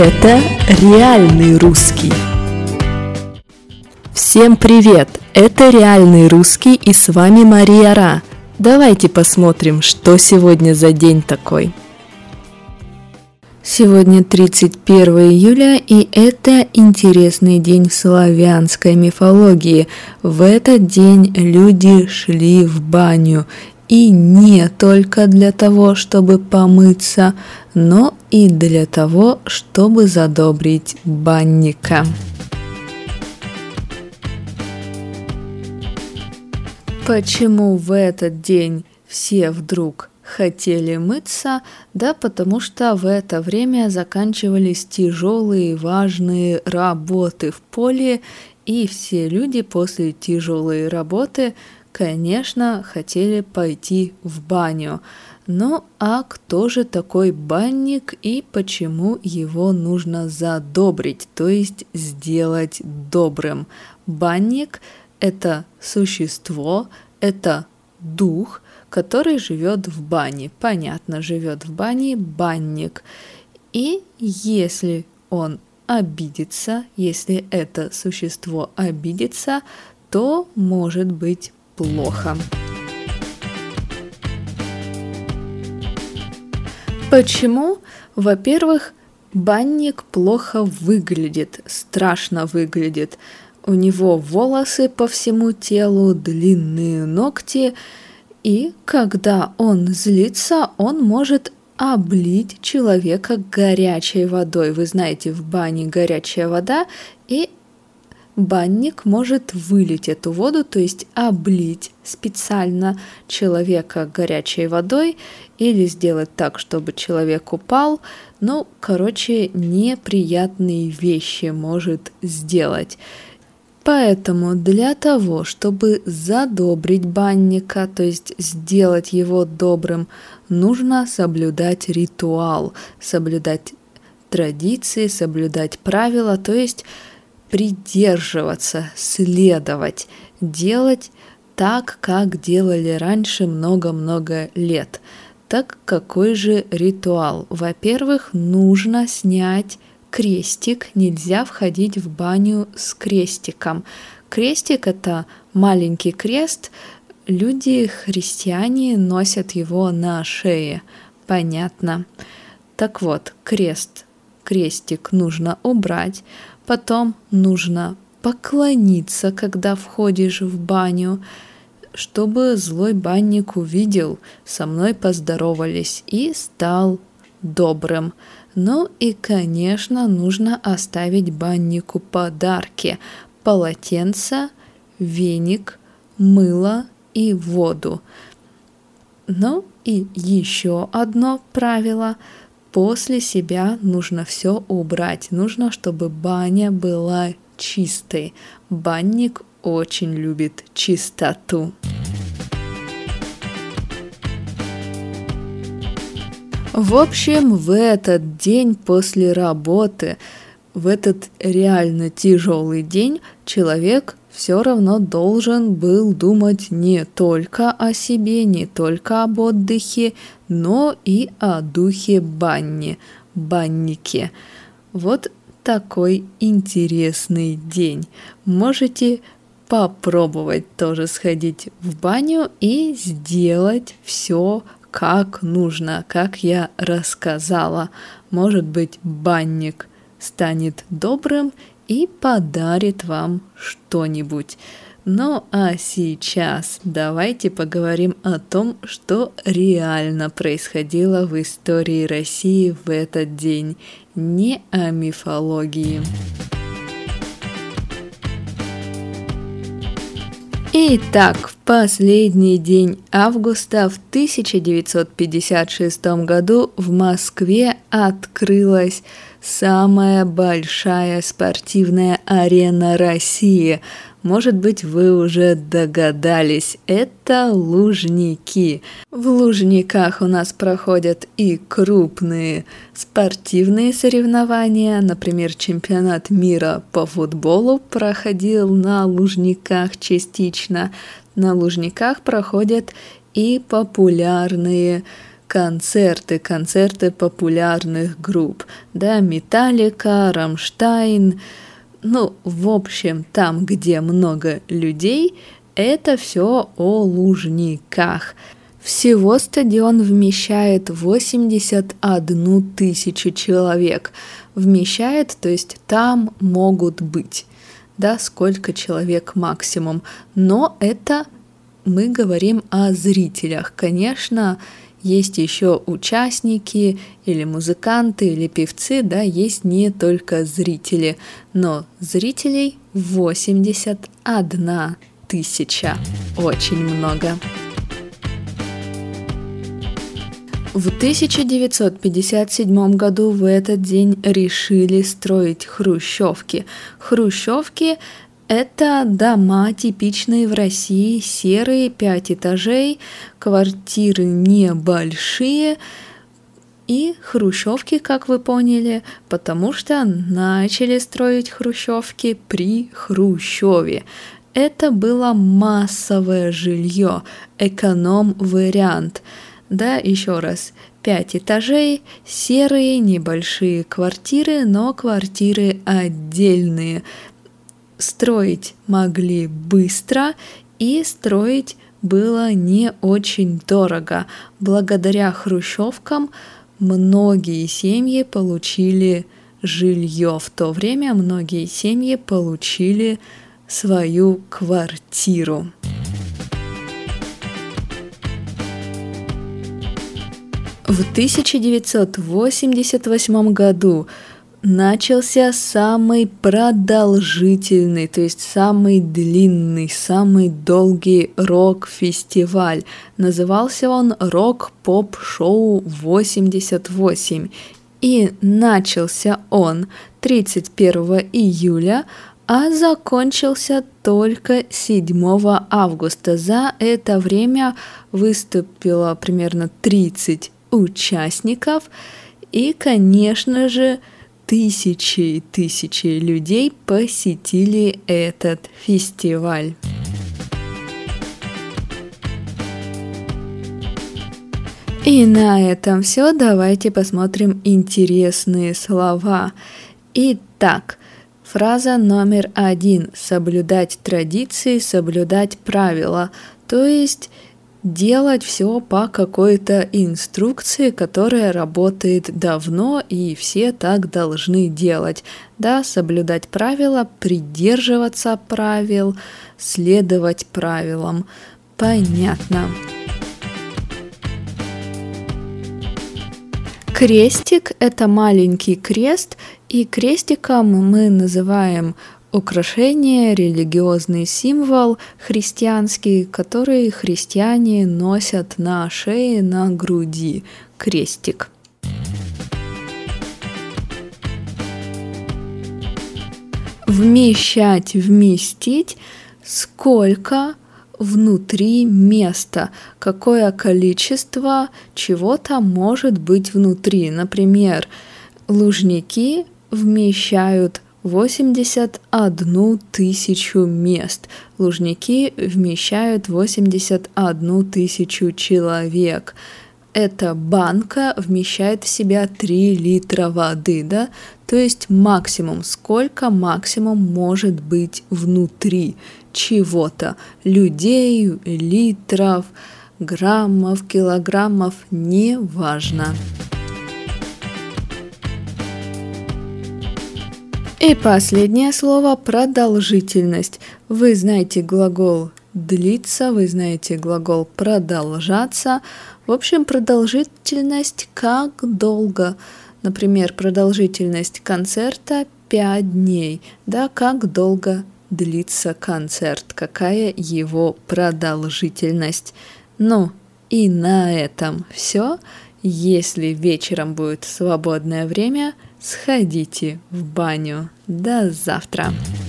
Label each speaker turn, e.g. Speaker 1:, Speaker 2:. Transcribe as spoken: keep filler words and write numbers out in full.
Speaker 1: Это реальный русский. Всем привет! Это реальный русский, и с вами Мария Ра. Давайте посмотрим, что сегодня за день такой. Сегодня тридцать первое июля, и это интересный день в славянской мифологии. В этот день люди шли в баню. И не только для того, чтобы помыться, но и для того, чтобы задобрить банника. Почему в этот день все вдруг хотели мыться? Да потому что в это время заканчивались тяжелые важные работы в поле, и все люди после тяжелой работы, конечно, хотели пойти в баню. Ну а кто же такой банник и почему его нужно задобрить, то есть сделать добрым? Банник – это существо, это дух, который живет в бане. Понятно, живет в бане банник. И если он обидится, если это существо обидится, то может быть плохо. Почему? Во-первых, банник плохо выглядит, страшно выглядит. У него волосы по всему телу, длинные ногти, и когда он злится, он может облить человека горячей водой. Вы знаете, в бане горячая вода, и банник может вылить эту воду, то есть облить специально человека горячей водой или сделать так, чтобы человек упал. Ну, короче, неприятные вещи может сделать. Поэтому для того, чтобы задобрить банника, то есть сделать его добрым, нужно соблюдать ритуал, соблюдать традиции, соблюдать правила, то есть придерживаться, следовать, делать так, как делали раньше много-много лет. Так какой же ритуал? Во-первых, нужно снять крестик, нельзя входить в баню с крестиком. Крестик – это маленький крест, люди, христиане, носят его на шее, понятно. Так вот, крест, крестик нужно убрать. Потом нужно поклониться, когда входишь в баню, чтобы злой банник увидел, со мной поздоровались и стал добрым. Ну и, конечно, нужно оставить баннику подарки: полотенце, веник, мыло и воду. Ну и еще одно правило: после себя нужно все убрать. Нужно, чтобы баня была чистой. Банник очень любит чистоту. В общем, в этот день после работы, в этот реально тяжелый день, человек все равно должен был думать не только о себе, не только об отдыхе, но и о духе бани, баннике. Вот такой интересный день. Можете попробовать тоже сходить в баню и сделать все как нужно, как я рассказала. Может быть, банник станет добрым и подарит вам что-нибудь. Ну а сейчас давайте поговорим о том, что реально происходило в истории России в этот день, не о мифологии. Итак, в последний день августа в тысяча девятьсот пятьдесят шестом году в Москве открылась самая большая спортивная арена России. Может быть, вы уже догадались, это Лужники. В Лужниках у нас проходят и крупные спортивные соревнования, например, чемпионат мира по футболу проходил на Лужниках частично. На Лужниках проходят и популярные концерты, концерты популярных групп, да, Металлика, Рамштайн, ну, в общем, там, где много людей, это все о Лужниках. Всего стадион вмещает восемьдесят одну тысячу человек. Вмещает, то есть там могут быть, да, сколько человек максимум. Но это мы говорим о зрителях. Конечно, есть еще участники или музыканты, или певцы, да, есть не только зрители, но зрителей восемьдесят одна тысяча. Очень много. В тысяча девятьсот пятьдесят седьмом году в этот день решили строить хрущевки. Хрущевки – это дома, типичные в России, серые, пять этажей, квартиры небольшие. И хрущевки, как вы поняли, потому что начали строить хрущевки при Хрущеве. Это было массовое жилье, эконом-вариант. Да, еще раз, пять этажей, серые небольшие квартиры, но квартиры отдельные. Строить могли быстро, и строить было не очень дорого. Благодаря хрущевкам многие семьи получили жилье. В то время многие семьи получили свою квартиру. В тысяча девятьсот восемьдесят восьмом году начался самый продолжительный, то есть самый длинный, самый долгий рок-фестиваль. Назывался он «Рок-поп-шоу восемьдесят восемь». И начался он тридцать первого июля, а закончился только седьмого августа. За это время выступило примерно тридцать участников, и, конечно же, тысячи и тысячи людей посетили этот фестиваль. И на этом все. Давайте посмотрим интересные слова. Итак, фраза номер один. Соблюдать традиции, соблюдать правила. То есть делать все по какой-то инструкции, которая работает давно, и все так должны делать. Да, соблюдать правила, придерживаться правил, следовать правилам. Понятно. Крестик – это маленький крест, и крестиком мы называем украшение, религиозный символ христианский, который христиане носят на шее, на груди. Крестик. Вмещать, вместить, сколько внутри места, какое количество чего-то может быть внутри. Например, Лужники вмещают восемьдесят одну тысячу мест. Лужники вмещают восемьдесят одну тысячу человек. Эта банка вмещает в себя три литра воды, да? То есть максимум, сколько максимум может быть внутри чего-то. Людей, литров, граммов, килограммов, неважно. И последнее слово – продолжительность. Вы знаете глагол «длиться», вы знаете глагол «продолжаться». В общем, продолжительность как долго. Например, продолжительность концерта – пять дней. Да, как долго длится концерт, какая его продолжительность. Ну, и на этом все. Если вечером будет свободное время, сходите в баню. До завтра!